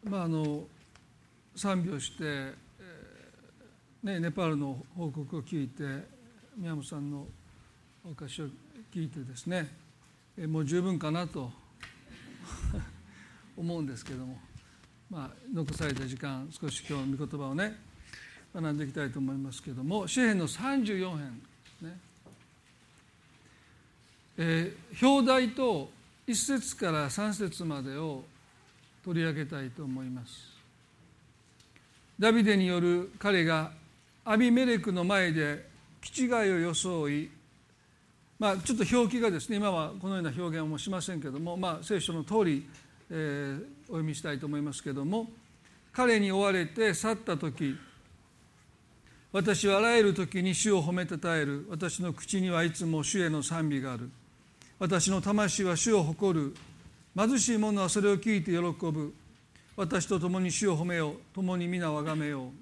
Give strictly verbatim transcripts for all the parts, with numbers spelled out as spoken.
まあ、あの賛美をして、えーね、ネパールの報告を聞いて宮本さんのお歌詞を聞いてですね、えー、もう十分かなと思うんですけども、まあ、残された時間少し今日の御言葉をね学んでいきたいと思いますけども、詩編のさんじゅうよん編ですね、えー、表題といっ節からさん節までを取り上げたいと思います。ダビデによる彼がアビメレクの前で気違いを装い、まあ、ちょっと表記がですね今はこのような表現はもうしませんけども、まあ、聖書の通り、えー、お読みしたいと思いますけども、彼に追われて去った時、私はあらゆる時に主を褒めたたえる。私の口にはいつも主への賛美がある。私の魂は主を誇る。貧しい者はそれを聞いて喜ぶ。私と共に主を褒めよう。共に皆をあがめよう。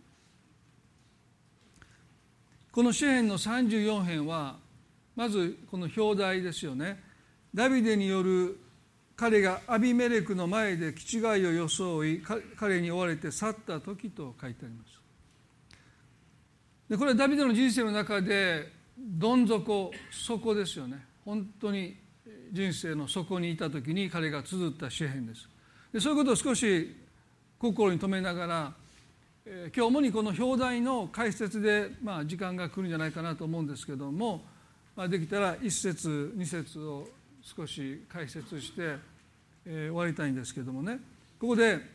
この詩編のさんじゅうよん編はまずこの表題ですよね。ダビデによる彼がアビメレクの前で気違いを装い彼に追われて去った時と書いてあります。でこれはダビデの人生の中でどん底底ですよね。本当に人生の底にいた時に彼が綴った詩編です。でそういうことを少し心に留めながら、えー、今日主にこの表題の解説で、まあ、時間が来るんじゃないかなと思うんですけども、まあ、できたらいっ節に節を少し解説して、えー、終わりたいんですけどもね、ここで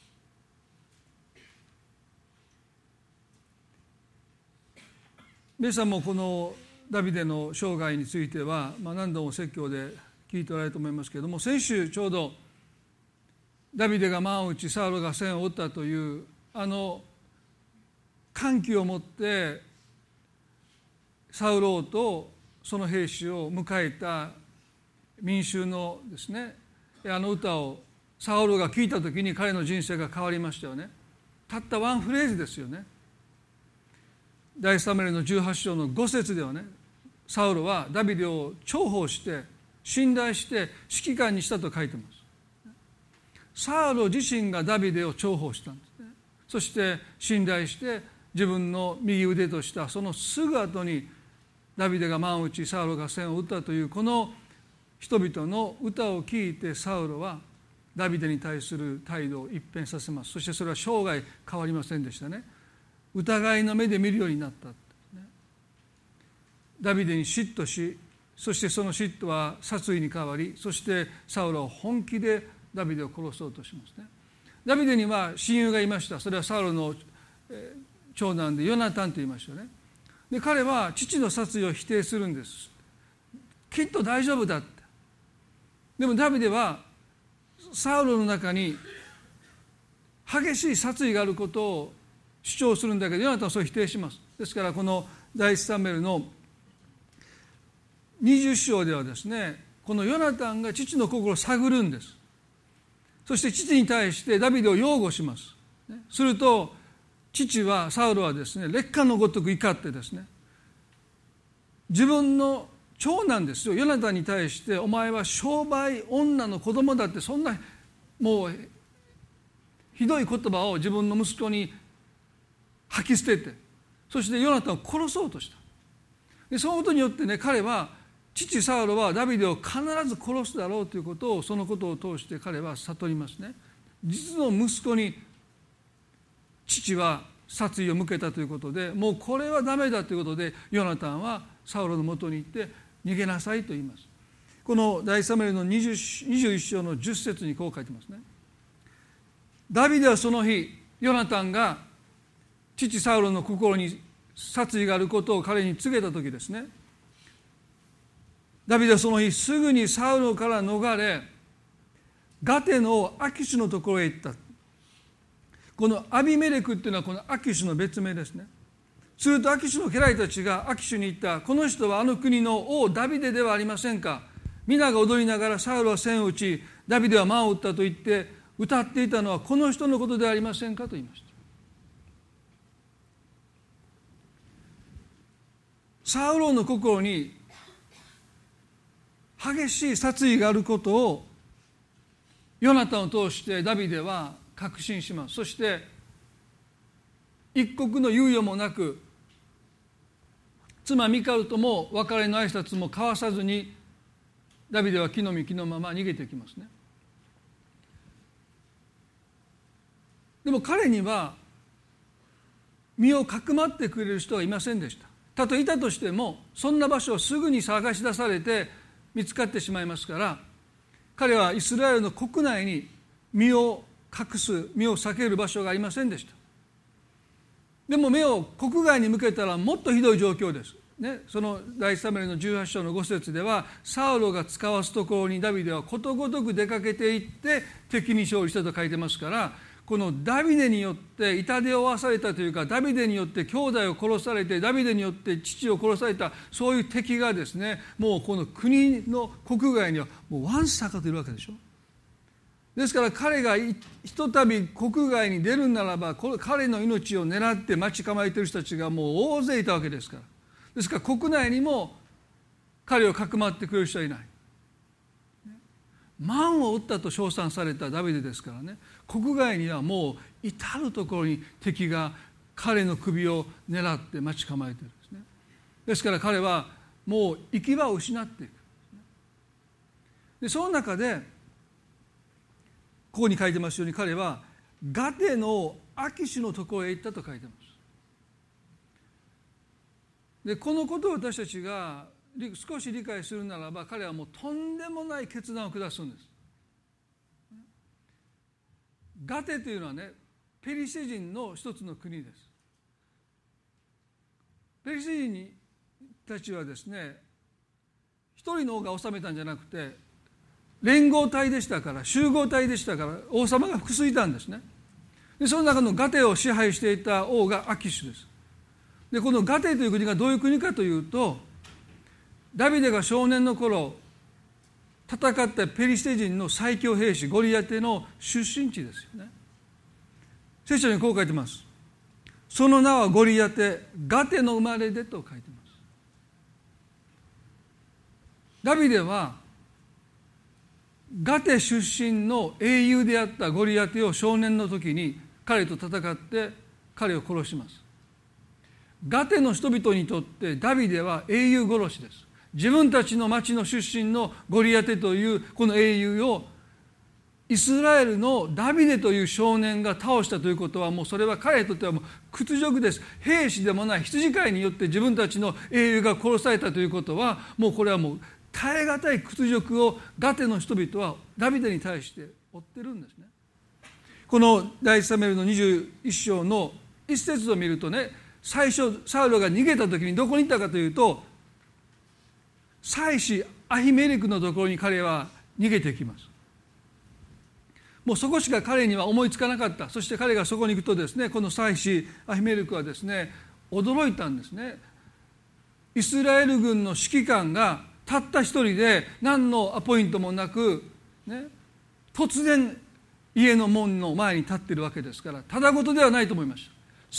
皆さんもこのダビデの生涯については、まあ、何度も説教で聞いておられると思いますけれども、先週ちょうどダビデが万を打ちサウロが千を打ったというあの歓喜を持ってサウロ王とその兵士を迎えた民衆のですねあの歌をサウロが聞いた時に彼の人生が変わりましたよね。たったワンフレーズですよね。第一サムエルのじゅうはち章のご節ではね、サウロはダビデを重宝して信頼して指揮官にしたと書いてます。サウロ自身がダビデを重宝したんですね。そして信頼して自分の右腕としたそのすぐ後にダビデが万を打ちサウロが千を打ったというこの人々の歌を聞いて、サウロはダビデに対する態度を一変させます。そしてそれは生涯変わりませんでしたね。疑いの目で見るようになった、ね、ダビデに嫉妬し、そしてその嫉妬は殺意に変わり、そしてサウロは本気でダビデを殺そうとしますね。ダビデには親友がいました。それはサウロの長男でヨナタンと言いましたね。で彼は父の殺意を否定するんです。きっと大丈夫だって。でもダビデはサウロの中に激しい殺意があることを主張するんだけど、ヨナタンはそれを否定します。ですからこの第一サムエルのにじゅう章ではですね、このヨナタンが父の心を探るんです。そして父に対してダビデを擁護します。すると父はサウロはですね、烈火のごとく怒ってですね、自分の長男ですよヨナタンに対して、お前は商売女の子供だって、そんなもうひどい言葉を自分の息子に吐き捨てて、そしてヨナタンを殺そうとした。でそのことによってね、彼は父サウロはダビデを必ず殺すだろうということを、そのことを通して彼は悟りますね。実の息子に父は殺意を向けたということで、もうこれはダメだということでヨナタンはサウロのもとに行って逃げなさいと言います。この第一サムエルのにじゅういち章のじゅっ節にこう書いてますね。ダビデはその日、ヨナタンが父サウロの心に殺意があることを彼に告げた時ですね、ダビデはその日すぐにサウロから逃れ、ガテのアキシュのところへ行った。このアビメレクっていうのはこのアキシュの別名ですね。するとアキシュの家来たちがアキシュに言った。この人はあの国の王ダビデではありませんか。皆が踊りながらサウロは千を打ちダビデは万を打ったと言って歌っていたのはこの人のことではありませんかと言いました。サウロの心に激しい殺意があることをヨナタンを通してダビデは確信します。そして一刻の猶予もなく、妻ミカルとも別れの挨拶も交わさずに、ダビデは木の幹のまま逃げていきますね。でも彼には身をかくまってくれる人はいませんでした。たとえいたとしても、そんな場所をすぐに探し出されて見つかってしまいますから、彼はイスラエルの国内に身を隠す、身を避ける場所がありませんでした。でも目を国外に向けたらもっとひどい状況です、ね、その第一サムエルのじゅうはち章のご節では、サウロが使わすところにダビデはことごとく出かけていって敵に勝利したと書いてますから、このダビデによって痛手を負わされたというか、ダビデによって兄弟を殺されて、ダビデによって父を殺された、そういう敵がですね、もうこの国の国外にはもうわんさかといるわけでしょ。ですから彼がひとたび国外に出るならば、彼の命を狙って待ち構えている人たちがもう大勢いたわけですから。ですから国内にも彼をかくまってくれる人はいない。万を打ったと称賛されたダビデですからね、国外にはもう至るところに敵が彼の首を狙って待ち構えているんですね。ですから彼はもう行き場を失っていく。でその中でここに書いてますように、彼はガテのアキシュのところへ行ったと書いてます。でこのことを私たちが少し理解するならば、彼はもうとんでもない決断を下すんです。ガテというのはね、ペリシテ人の一つの国です。ペリシテ人たちはですね、一人の王が治めたんじゃなくて連合体でしたから、集合体でしたから、王様が複数いたんですね。でその中のガテを支配していた王がアキシュです。でこのガテという国がどういう国かというと、ダビデが少年の頃戦ったペリシテ人の最強兵士ゴリアテの出身地ですよね。聖書にこう書いてます。その名はゴリアテ、ガテの生まれでと書いてます。ダビデはガテ出身の英雄であったゴリアテを少年の時に彼と戦って彼を殺します。ガテの人々にとってダビデは英雄殺しです。自分たちの町の出身のゴリアテというこの英雄をイスラエルのダビデという少年が倒したということは、もうそれは彼にとってはもう屈辱です。兵士でもない羊飼いによって自分たちの英雄が殺されたということは、もうこれはもう耐え難い屈辱をガテの人々はダビデに対して負ってるんですね。この第一サムエルのにじゅういち章の一節を見るとね、最初サウロが逃げた時にどこに行ったかというと、祭司アヒメレクのところに彼は逃げてきます。もうそこしか彼には思いつかなかった。そして彼がそこに行くとですね、この祭司アヒメレクはですね、驚いたんですね。イスラエル軍の指揮官がたった一人で何のアポイントもなく、ね、突然家の門の前に立っているわけですから、ただごとではないと思いました。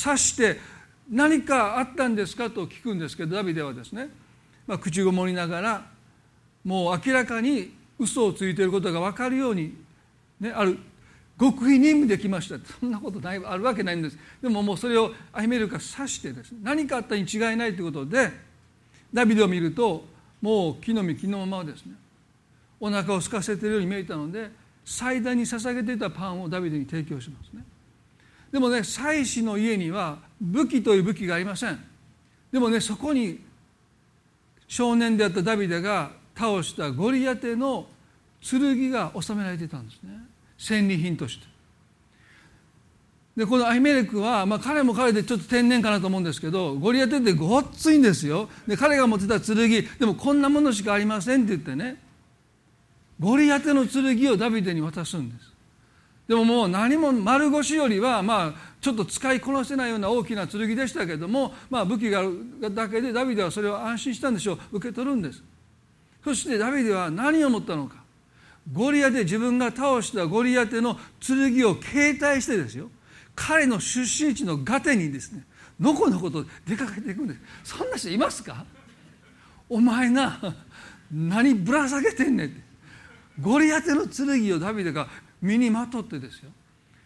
刺して何かあったんですかと聞くんですけど、ダビデはですね、まあ、口ごもりながら、もう明らかに嘘をついていることが分かるように、ね、ある極秘任務できました。そんなことないあるわけないんです。でももうそれをアヒメレクが刺してですね、何かあったに違いないということで、ダビデを見るともう木の実木のままですね、お腹を空かせているように見えたので、祭壇に捧げていたパンをダビデに提供しますね。でもね、祭司の家には武器という武器がありません。でもね、そこに少年であったダビデが倒したゴリアテの剣が収められていたんですね、戦利品として。でこのアヒメレクは、まあ、彼も彼でちょっと天然かなと思うんですけど、ゴリアテってごっついんですよ。で彼が持ってた剣、でもこんなものしかありませんって言ってね、ゴリアテの剣をダビデに渡すんです。でももう何も丸腰よりは、まあちょっと使いこなせないような大きな剣でしたけども、まあ武器があるだけでダビデはそれを安心したんでしょう。受け取るんです。そしてダビデは何を思ったのか。ゴリアテ、自分が倒したゴリアテの剣を携帯してですよ、彼の出身地のガテにですね、のこのこと出かけていくんです。そんな人いますか？お前な、何ぶら下げてんねんって。ゴリアテの剣をダビデが身にまとってですよ、彼の出身地のガテにですね、のこのこと出かけていくんです。そんな人いますか？お前な、何ぶら下げてんねんって。ゴリアテの剣をダビデが身にまとってですよ、彼の出身地のガテにですね、のこのこと出かけていくんです。そんな人いますか？お前な、何ぶら下げてんねんって。ゴリアテの剣をダビデが身にまとってですよ、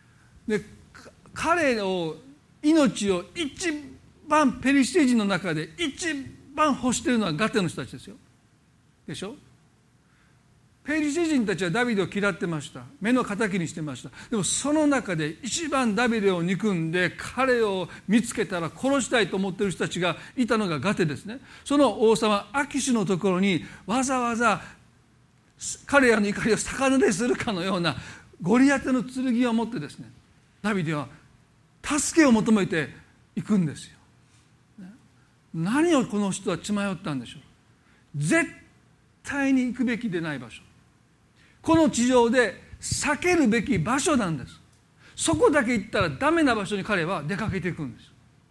で彼を命を一番ペリシテ人の中で一番欲しているのはガテの人たちですよ。でしょ。ペリシテ人たちはダビデを嫌ってました。目の敵にしてました。でもその中で一番ダビデを憎んで彼を見つけたら殺したいと思っている人たちがいたのがガテですね。その王様アキシュのところにわざわざ彼らの怒りを逆なでするかのようなゴリアテの剣を持ってですね、ダビデは助けを求めていくんですよ。何をこの人は血迷ったんでしょう。絶対に行くべきでない場所、この地上で避けるべき場所なんです。そこだけ行ったらダメな場所に彼は出かけていくんです。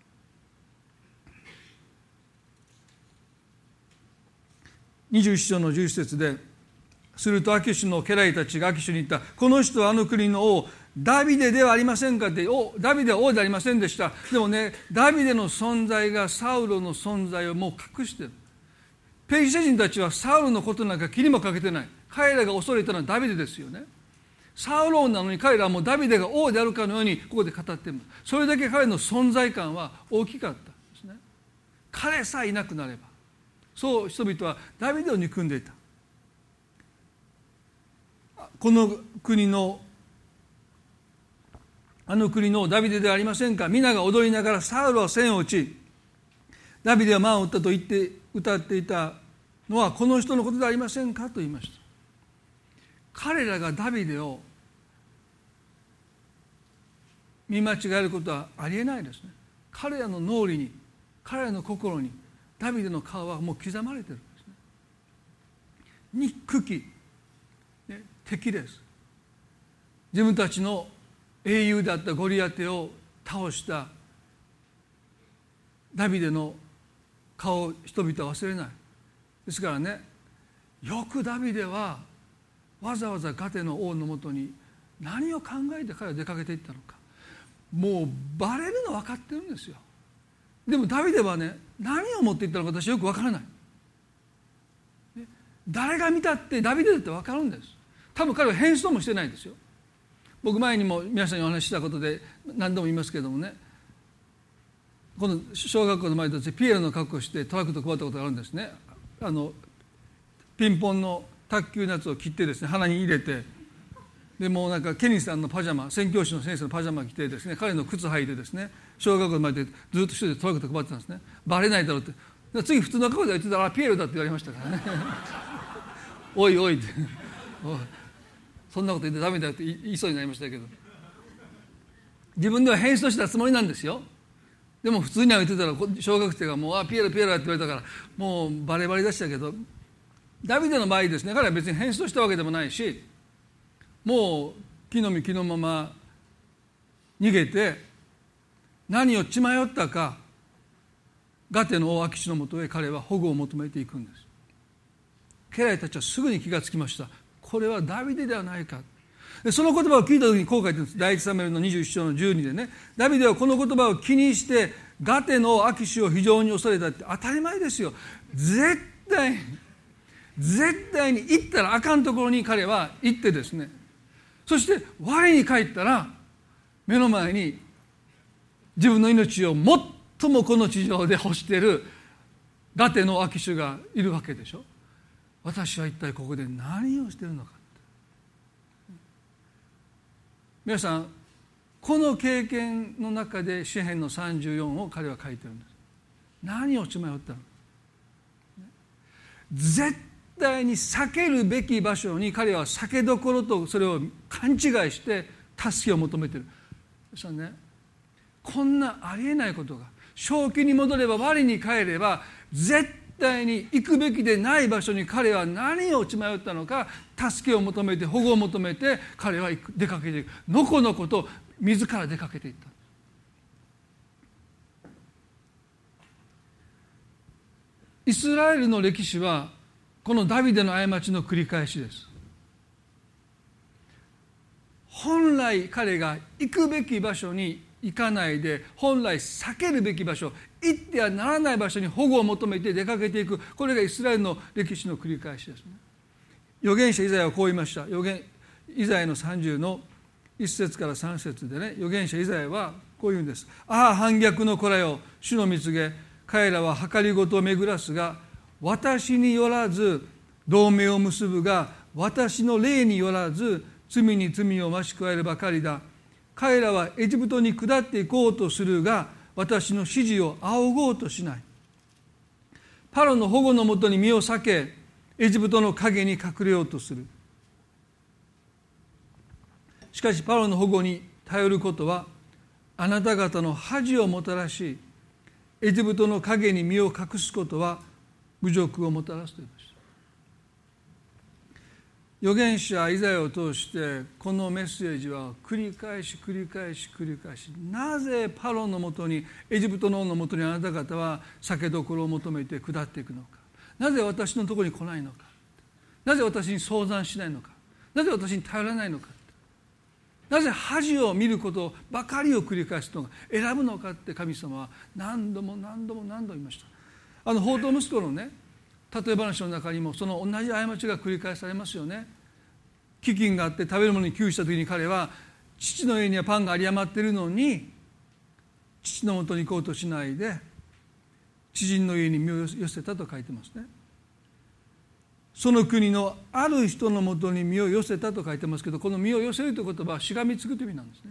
にじゅういっ章のじゅういち節で、するとアキシュの家来たちがアキシュに言った。この人はあの国の王ダビデではありませんかって。おダビデは王でありませんでした。でもね、ダビデの存在がサウロの存在をもう隠してる。ペリシテ人たちはサウロのことなんか気にもかけてない。彼らが恐れたのはダビデですよね。サウロ王なのに彼らはもうダビデが王であるかのようにここで語っています。それだけ彼の存在感は大きかったんですね。彼さえいなくなれば、そう人々はダビデを憎んでいた。この国のあの国のダビデではありませんか。皆が踊りながらサウルは千を打ちダビデは万を打ったと言って歌っていたのはこの人のことではありませんかと言いました。彼らがダビデを見間違えることはありえないですね。彼らの脳裏に、彼らの心にダビデの顔はもう刻まれているんですね。憎き、ね、敵です。自分たちの英雄だったゴリアテを倒したダビデの顔を人々は忘れない。ですからね、よくダビデはわざわざガテの王のもとに何を考えて彼は出かけていったのか。もうバレるの分かってるんですよ。でもダビデはね、何を持っていったのか私よく分からない。誰が見たってダビデだって分かるんです。多分彼は変装もしてないんですよ。僕前にも皆さんにお話ししたことで何度も言いますけれどもね、この小学校の前でピエロの格好をしてトラクト配ったことがあるんですね。あのピンポンの卓球のやつを切ってですね、鼻に入れて、でもうなんかケニーさんのパジャマ、宣教師の先生のパジャマ着てですね、彼の靴履いてですね、小学校の前でずっと一人でトラクト配ってたんですね。バレないだろうって。で次普通の格好で言ってたらピエロだって言われましたからねおいおいっておいそんなこと言ってダメだよって言いそうになりましたけど、自分では変装したつもりなんですよ。でも普通には言ってたら小学生がもうあピエロピエロだって言われたからもうバレバレでしたけど、ダビデの場合ですね、彼は別に変装したわけでもないし、もう木の実木のまま逃げて何を血迷ったかガテの王アキシュのもとへ彼は保護を求めていくんです。家来たちはすぐに気がつきました。これはダビデではないか。でその言葉を聞いた時にこう書いてるんです。第一サムエルのにじゅういっ章のじゅうにでね、ダビデはこの言葉を気にしてガテのアキシュを非常に恐れたって当たり前ですよ。絶対に絶対に行ったらあかんところに彼は行ってですね、そして我に帰ったら目の前に自分の命を最もこの地上で欲しているガテのアキシュがいるわけでしょ。私は一体ここで何をしているのか。皆さんこの経験の中で詩編のさんじゅうよんを彼は書いてるんです。何を血迷ったの。絶対に避けるべき場所に彼は避けどころとそれを勘違いして助けを求めている。そしたらね、こんなありえないことが、正気に戻れば我に返れば絶対に行くべきでない場所に彼は何を血迷ったのか、助けを求めて保護を求めて彼は出かけていく。のこのこと自ら出かけていった。イスラエルの歴史はこのダビデの過ちの繰り返しです。本来彼が行くべき場所に行かないで、本来避けるべき場所、行ってはならない場所に保護を求めて出かけていく。これがイスラエルの歴史の繰り返しですね。預言者イザヤはこう言いました。預言イザヤのさんじゅうの一節から三節でね、預言者イザヤはこう言うんです。ああ反逆の子らよ、主の蜜げ、彼らは計りごとを巡らすが私によらず同盟を結ぶが私の霊によらず罪に罪を増し加えるばかりだ。彼らはエジプトに下っていこうとするが私の指示を仰ごうとしない。パロの保護のもとに身を避けエジプトの影に隠れようとする。しかしパロの保護に頼ることはあなた方の恥をもたらしエジプトの影に身を隠すことは侮辱をもたらすということです。預言者イザヤを通してこのメッセージは繰り返し繰り返し繰り返し、なぜパロのもとにエジプトの王のもとにあなた方は酒どころを求めて下っていくのか、なぜ私のところに来ないのか、なぜ私に相談しないのか、なぜ私に頼らないのか、なぜ恥を見ることばかりを繰り返すのが選ぶのかって神様は何度も何度も何度も言いました。あの放蕩息子のね例え話の中にもその同じ過ちが繰り返されますよね。飢饉があって食べるものに窮した時に彼は父の家にはパンが有り余っているのに父のもとに行こうとしないで知人の家に身を寄せたと書いてますね。その国のある人のもとに身を寄せたと書いてますけど、この身を寄せるという言葉はしがみつくという意味なんですね。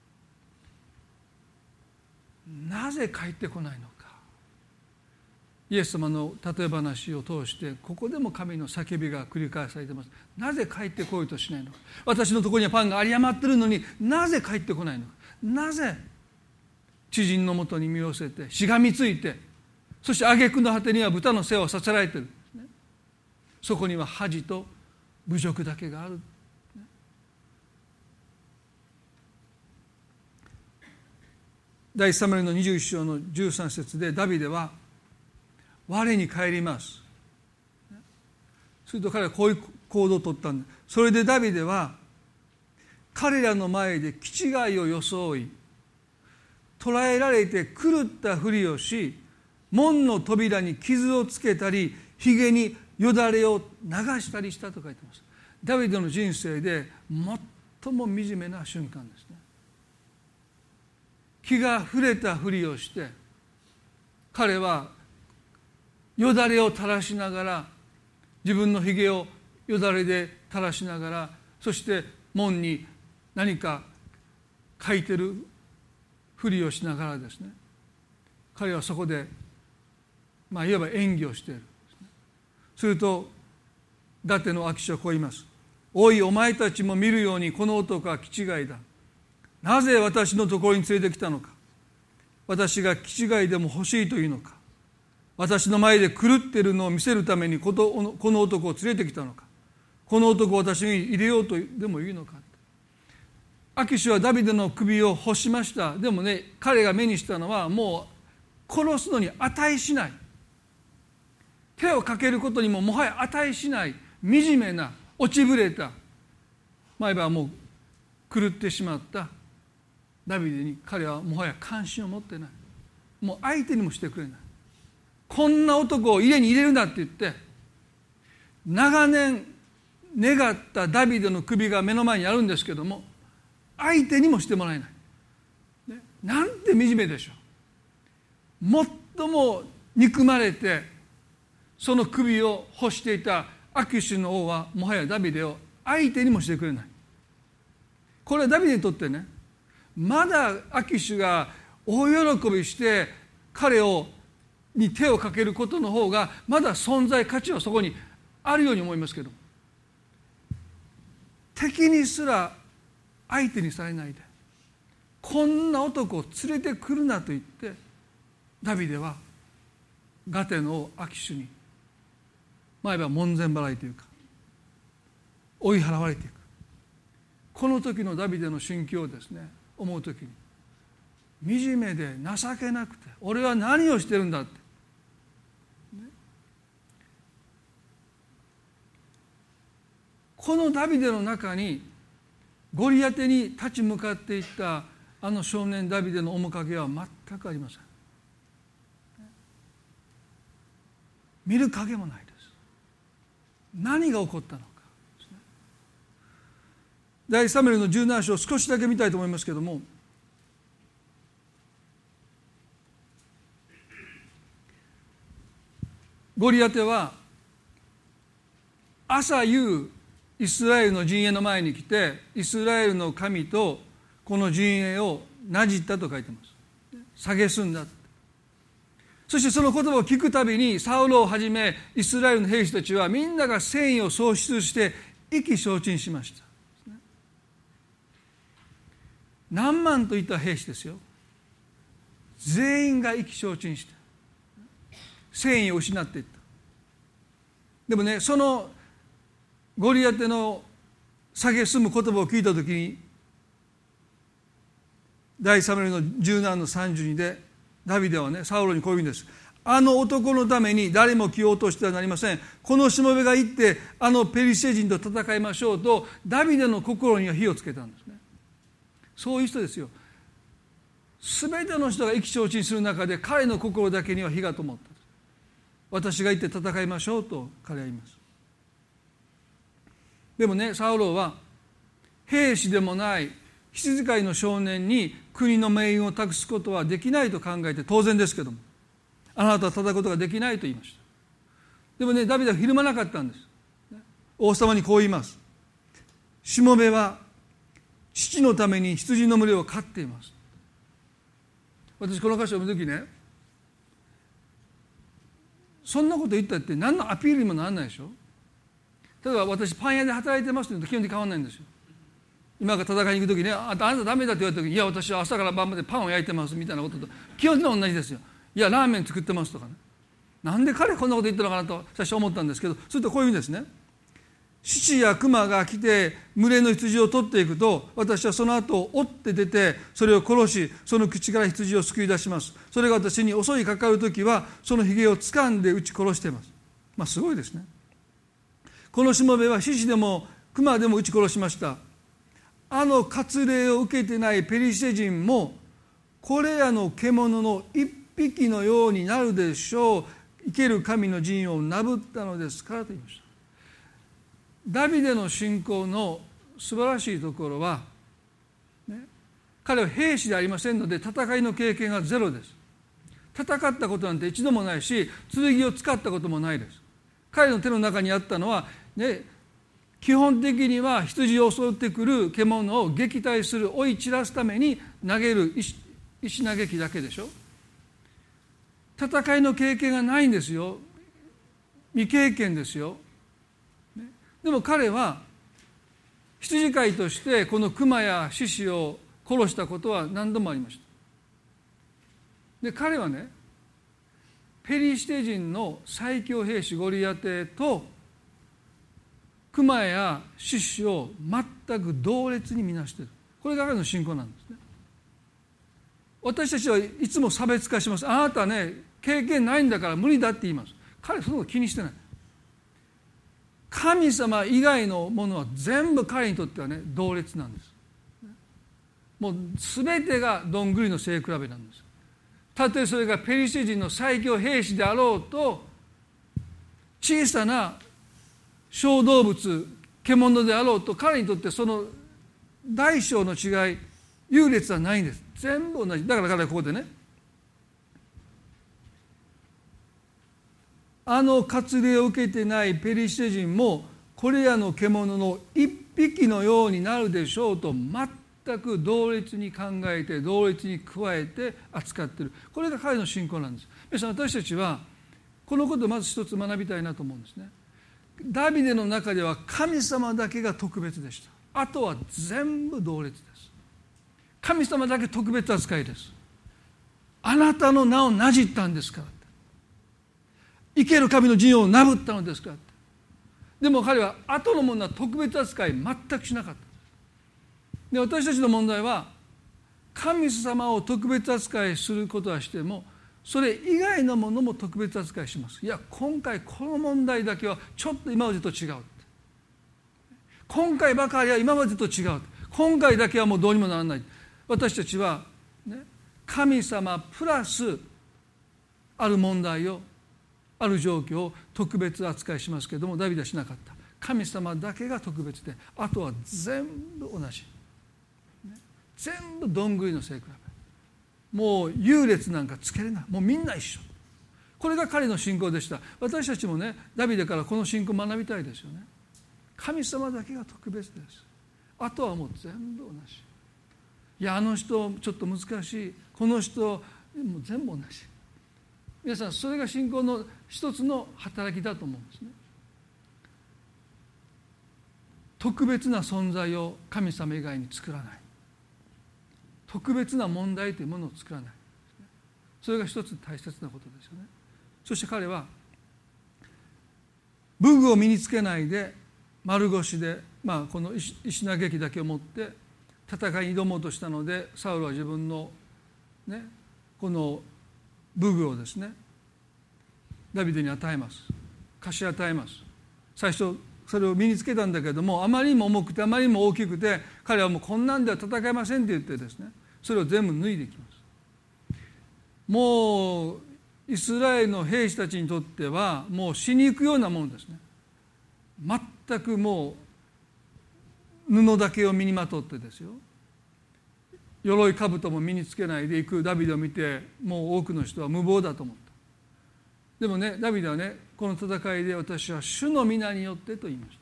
なぜ帰ってこないのか。イエス様の例え話を通してここでも神の叫びが繰り返されています。なぜ帰ってこようとしないのか。私のところにはパンが有り余っているのになぜ帰ってこないのか。なぜ知人のもとに身を寄せてしがみついて、そして挙句の果てには豚の世話をさせられている。そこには恥と侮辱だけがある。第一サムエルのにじゅういっ章のじゅうさん節でダビデは我に帰ります。すると彼はこういう行動を取ったんです。それでダビデは彼らの前で気違いを装い、捕らえられて狂ったふりをし、門の扉に傷をつけたり、ひげによだれを流したりしたと書いてます。ダビデの人生で最も惨めな瞬間ですね。気が触れたふりをして彼はよだれを垂らしながら、自分のひげをよだれで垂らしながら、そして門に何か書いてるふりをしながらですね、彼はそこでまあいわば演技をしている。するとガテのアキシはこう言います。おいお前たちも見るようにこの男は気違いだ。なぜ私のところに連れてきたのか。私が気違いでも欲しいというのか。私の前で狂っているのを見せるためにこの男を連れてきたのか。この男を私に入れようとでも言うのか。アキシはダビデの首を干しました。でもね、彼が目にしたのはもう殺すのに値しない、手をかけることにももはや値しない惨めな落ちぶれた、前歯はもう狂ってしまったダビデに彼はもはや関心を持ってない。もう相手にもしてくれない。こんな男を家に入れるなって言って長年願ったダビデの首が目の前にあるんですけども、相手にもしてもらえない、ね、なんて惨めでしょう。最も憎まれてその首を干していたアキシュの王はもはやダビデを相手にもしてくれない。これはダビデにとってね、まだアキシュが大喜びして彼をに手をかけることの方がまだ存在価値はそこにあるように思いますけど、敵にすら相手にされないでこんな男を連れてくるなと言ってダビデはガテの王アキシュに前は門前払いというか追い払われていく。この時のダビデの心境をですね思う時に、惨めで情けなくて俺は何をしてるんだって、ね、このダビデの中にゴリアテに立ち向かっていったあの少年ダビデの面影は全くありません。見る影もないです。何が起こったのかですね。 第サムエルのじゅうなな章を少しだけ見たいと思いますけれども、ゴリアテは朝夕イスラエルの陣営の前に来て、イスラエルの神とこの陣営をなじったと書いてます。蔑んだ。そしてその言葉を聞くたびにサウロをはじめイスラエルの兵士たちはみんなが戦意を喪失して意気消沈しました。何万といった兵士ですよ。全員が意気消沈して戦意を失っていった。でもね、そのゴリアテの蔑む言葉を聞いたときに、第サムエルのじゅうななのさんじゅうにでダビデはね、サウロにこう言うんです。あの男のために誰も気を落としてはなりません。このしもべが行ってあのペリシテ人と戦いましょうとダビデの心には火をつけたんですね。そういう人ですよ。すべての人が意気消沈する中で彼の心だけには火が灯った。私が行って戦いましょうと彼は言います。でもね、サウロは兵士でもない羊飼いの少年に国の命運を託すことはできないと考えて当然ですけども、あなたは戦うことができないと言いました。でもね、ダビデはひるまなかったんです。王様にこう言います。しもべは父のために羊の群れを飼っています。私この箇所を見るときね、そんなこと言ったって何のアピールにもならないでしょ。例えば私パン屋で働いてますというと基本的に変わらないんですよ。今から戦いに行くときね、あんたダメだって言われたときに、いや私は朝から晩までパンを焼いてますみたいなことと基本的に同じですよ。いやラーメン作ってますとかね。なんで彼こんなこと言ったのかなと最初思ったんですけど、するとこういう意味ですね。獅子や熊が来て群れの羊を取っていくと、私はその後を追って出てそれを殺し、その口から羊を救い出します。それが私に襲いかかるときはそのひげを掴んで撃ち殺しています。まあすごいですね。このしもべは獅子でも熊でも撃ち殺しました。あの割礼を受けてないペリシテ人もこれらの獣の一匹のようになるでしょう。生ける神の陣をなぶったのですからと言いました。ダビデの信仰の素晴らしいところは、ね、彼は兵士でありませんので戦いの経験がゼロです。戦ったことなんて一度もないし、剣を使ったこともないです。彼の手の中にあったのは、ね、基本的には羊を襲ってくる獣を撃退する、追い散らすために投げる 石, 石投げ機だけでしょ。戦いの経験がないんですよ。未経験ですよ。でも彼は羊飼いとしてこの熊や獅子を殺したことは何度もありました。で彼はね、ペリシテ人の最強兵士ゴリアテと熊や獅子を全く同列に見なしている。これが彼の信仰なんですね。私たちはいつも差別化します。あなたね、経験ないんだから無理だって言います。彼はそのこと気にしてない。神様以外のものは全部彼にとってはね同列なんです。もう全てがどんぐりの背比べなんです。たとえそれがペリシテ人の最強兵士であろうと、小さな小動物獣であろうと、彼にとってその大小の違い、優劣はないんです。全部同じ。だから彼はここでね、あの割礼を受けてないペリシテ人もこれらの獣の一匹のようになるでしょうと全く同列に考えて同列に加えて扱っている。これが彼の信仰なんです。皆さん、私たちはこのことをまず一つ学びたいなと思うんですね。ダビデの中では神様だけが特別でした。あとは全部同列です。神様だけ特別扱いです。あなたの名をなじったんですから、生ける神の陣をなぶったのですから。でも彼は後のものは特別扱い全くしなかった。で、私たちの問題は神様を特別扱いすることはしてもそれ以外のものも特別扱いします。いや今回この問題だけはちょっと今までと違う、今回ばかりは今までと違う、今回だけはもうどうにもならない。私たちは、ね、神様プラスある問題をある状況を特別扱いしますけれども、ダビデはしなかった。 神様だけが特別で、あとは全部同じ、全部どんぐりの背比べ、もう優劣なんかつけれない、もうみんな一緒。これが彼の信仰でした。私たちもね、ダビデからこの信仰を学びたいですよね。神様だけが特別です。あとはもう全部同じ。いや、あの人ちょっと難しい、この人もう全部同じ。皆さん、それが信仰の一つの働きだと思うんですね。特別な存在を神様以外に作らない、特別な問題というものを作らない、それが一つ大切なことですよね。そして彼は武具を身につけないで丸腰で、まあ、この 石, 石投げ機だけを持って戦いに挑もうとしたので、サウルは自分の、ね、この武具をですねダビデに与えます。貸し与えます。最初それを身につけたんだけども、あまりにも重くてあまりにも大きくて、彼はもうこんなんでは戦えませんって言ってですね、それを全部脱いできます。もうイスラエルの兵士たちにとってはもう死に行くようなものですね。全くもう布だけを身にまとってですよ、鎧兜も身につけないで行くダビデを見て、もう多くの人は無謀だと思った。でもね、ダビデはね、この戦いで私は主の皆によってと言いました。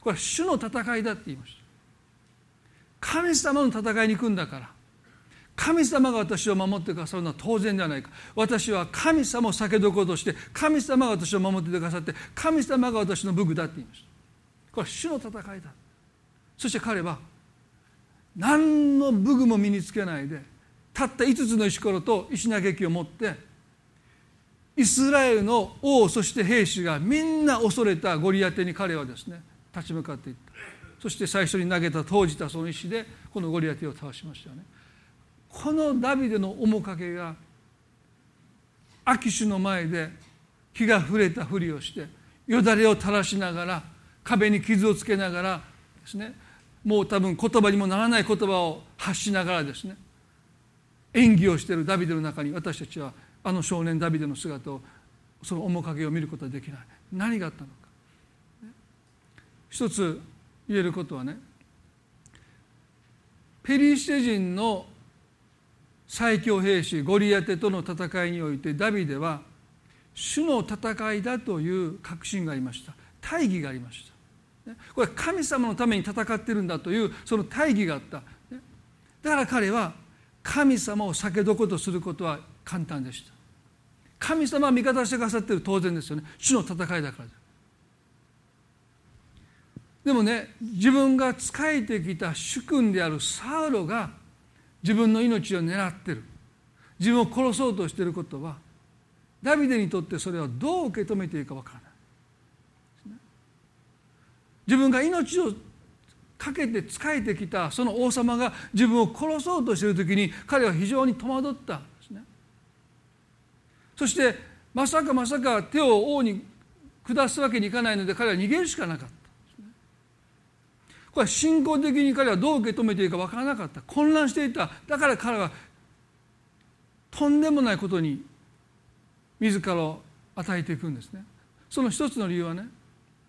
これは主の戦いだって言いました。神様の戦いに行くんだから、神様が私を守ってくださるのは当然ではないか。私は神様を酒どころとして、神様が私を守ってくださって、神様が私の武具だって言いました。これは主の戦いだ。そして彼は何の武具も身につけないで、たったいつつの石ころと石投げ機を持って、イスラエルの王、そして兵士がみんな恐れたゴリアテに彼はですね立ち向かっていった。そして最初に投げた投じたその石でこのゴリアテを倒しましたよね。このダビデの面影がアキシュの前で火が触れたふりをして、よだれを垂らしながら、壁に傷をつけながらですね、もう多分言葉にもならない言葉を発しながらですね演技をしているダビデの中に、私たちはあの少年ダビデの姿を、その面影を見ることはできない。何があったのか。一つ言えることはね、ペリシテ人の最強兵士ゴリアテとの戦いにおいて、ダビデは主の戦いだという確信がありました。大義がありました。これは神様のために戦っているんだというその大義があった。だから彼は神様を避けどことすることは簡単でした。神様は味方してくださっている、当然ですよね。主の戦いだからです。でもね、自分が仕えてきた主君であるサウロが自分の命を狙っている、自分を殺そうとしていることは、ダビデにとってそれはどう受け止めていいかわからない。自分が命をかけて仕えてきたその王様が自分を殺そうとしているときに、彼は非常に戸惑ったんですね。そしてまさかまさか手を王に下すわけにいかないので、彼は逃げるしかなかった。これは信仰的に彼はどう受け止めていいか分からなかった。混乱していた。だから彼はとんでもないことに自らを与えていくんですね。その一つの理由はね、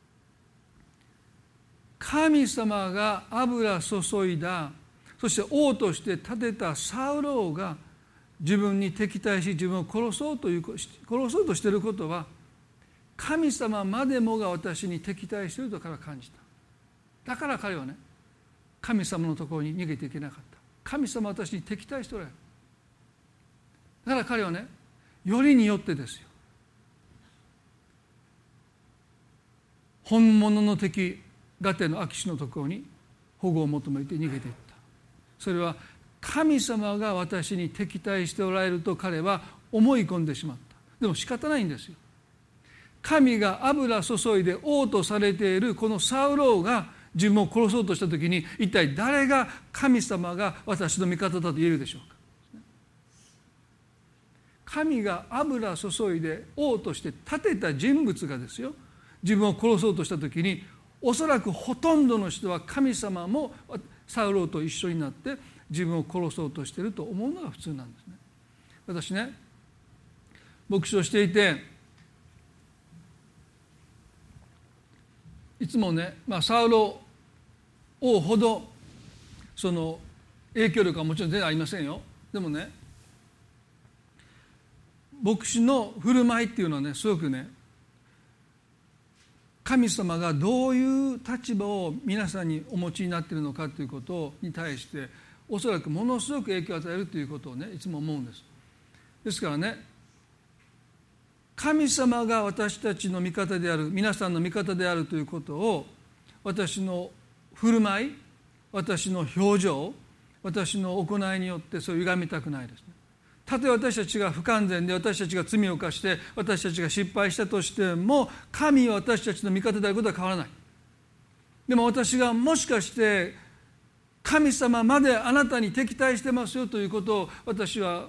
神様が油注いだ、そして王として立てたサウル王が自分に敵対し、自分を殺そうという殺そうとしていることは、神様までもが私に敵対していると彼は感じた。だから彼はね、神様のところに逃げていけなかった。神様は私に敵対しておられる。だから彼はね、よりによってですよ、本物の敵ガテのアキシュのところに保護を求めて逃げていった。それは神様が私に敵対しておられると彼は思い込んでしまった。でも仕方ないんですよ。神が油注いで王とされているこのサウル王が自分を殺そうとしたときに、一体誰が神様が私の味方だと言えるでしょうか。神が油注いで王として立てた人物がですよ、自分を殺そうとしたときに、おそらくほとんどの人は神様もサウル王と一緒になって自分を殺そうとしていると思うのが普通なんですね。私ね、牧師をしていて、 いつもね、まあ、サウロ王ほどその影響力はもちろん全然ありませんよ。でもね、牧師の振る舞いっていうのはね、すごくね、神様がどういう立場を皆さんにお持ちになっているのかということに対しておそらくものすごく影響を与えるということをね、いつも思うんです。ですからね、神様が私たちの味方である、皆さんの味方であるということを私の振る舞い、私の表情、私の行いによってそれを歪みたくないですね。たとえ私たちが不完全で、私たちが罪を犯して、私たちが失敗したとしても、神は私たちの味方であることは変わらない。でも私がもしかして神様まであなたに敵対してますよということを私は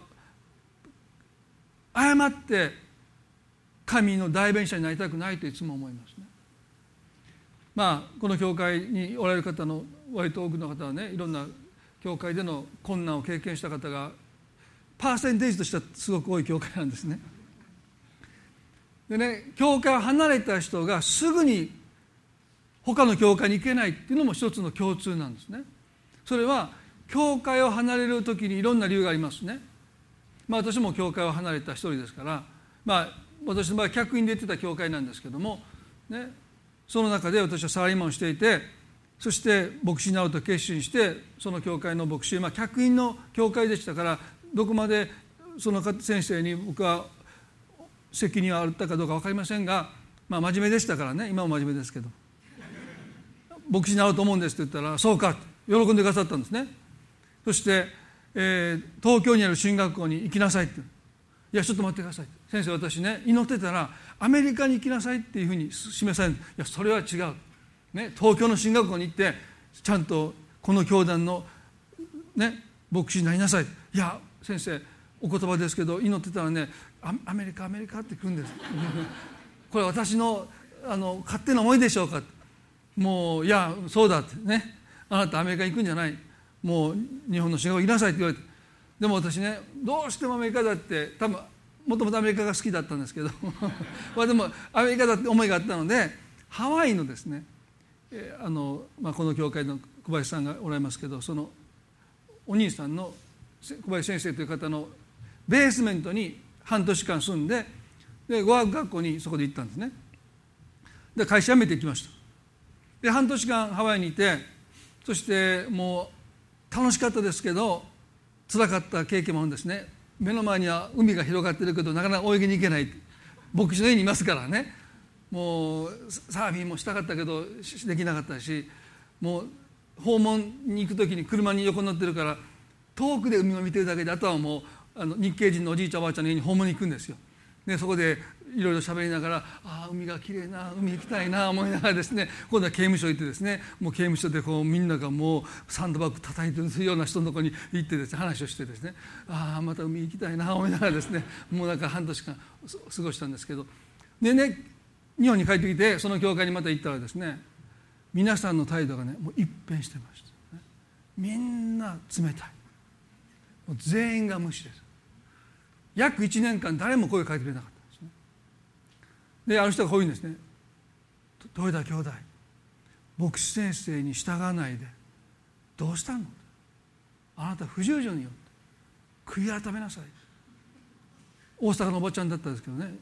誤って神の代弁者になりたくないといつも思いますね。まあこの教会におられる方の割と多くの方はね、いろんな教会での困難を経験した方がパーセンテージとしてはすごく多い教会なんですね。でね、教会を離れた人がすぐに他の教会に行けないっていうのも一つの共通なんですね。それは教会を離れる時にいろんな理由がありますね。まあ私も教会を離れた一人ですから、まあ私の場合客員で行ってた教会なんですけども、ね、その中で私はサラリーマンをしていて、そして牧師になると決心して、その教会の牧師、まあ、客員の教会でしたから、どこまでその先生に僕は責任はあったかどうか分かりませんが、まあ真面目でしたからね、今も真面目ですけど、牧師になろうと思うんですって言ったら、そうかって喜んでくださったんですね。そして、えー、東京にある進学校に行きなさいって。いやちょっと待ってください、先生私ね祈ってたらアメリカに行きなさいっていうふうに示される。いやそれは違う、ね、東京の進学校に行ってちゃんとこの教団の、ね、牧師になりなさい。いや先生お言葉ですけど祈ってたらね、アメリカアメリカって来るんですこれ私の、あの勝手な思いでしょうか。もういやそうだってね、あなたアメリカ行くんじゃない、もう日本の進学校行きなさいって言われて、でも私ねどうしてもアメリカだって、多分もともとアメリカが好きだったんですけどまあでもアメリカだって思いがあったので、ハワイのですね、えーあのまあ、この教会の小林さんがおられますけど、そのお兄さんの小林先生という方のベースメントに半年間住んで、で語学学校にそこで行ったんですね。で会社辞めて行きました。で半年間ハワイにいて、そしてもう楽しかったですけど辛かった経験もあるんですね。目の前には海が広がってるけどなかなか泳ぎに行けない、牧師の家にいますからね、もうサーフィンもしたかったけどできなかったし、もう訪問に行く時に車に横に乗ってるから遠くで海を見てるだけで、あとはもうあの日系人のおじいちゃんおばあちゃんの家に訪問に行くんですよ。でそこでいろいろ喋りながら、ああ海がきれいな、海行きたいな思いながらですね、今度は刑務所行ってですね、もう刑務所でこうみんながもうサンドバッグ叩いてるような人のところに行ってですね、話をしてですね、ああまた海行きたいな思いながらですね、もうなんか半年間過ごしたんですけど、でね日本に帰ってきてその教会にまた行ったらですね、皆さんの態度がねもう一変してました、ね、みんな冷たい、もう全員が無視です。約いちねんかん誰も声をかけてくれなかったんですね。である人がこういうんですね、豊田兄弟、牧師先生に従わないでどうしたの、あなた不従順よ、悔い改めなさい。大阪のおばちゃんだったんですけどね、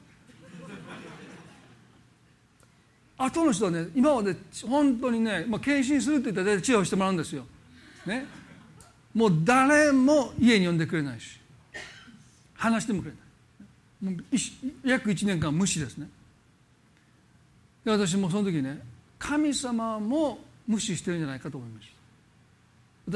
後の人はね今まで本当にね、まあ、献身するって言ったら大体治療してもらうんですよ、ね、もう誰も家に呼んでくれないし話してもくれない、もう約いちねんかん無視ですね。で私もその時ね、神様も無視してるんじゃないかと思いました。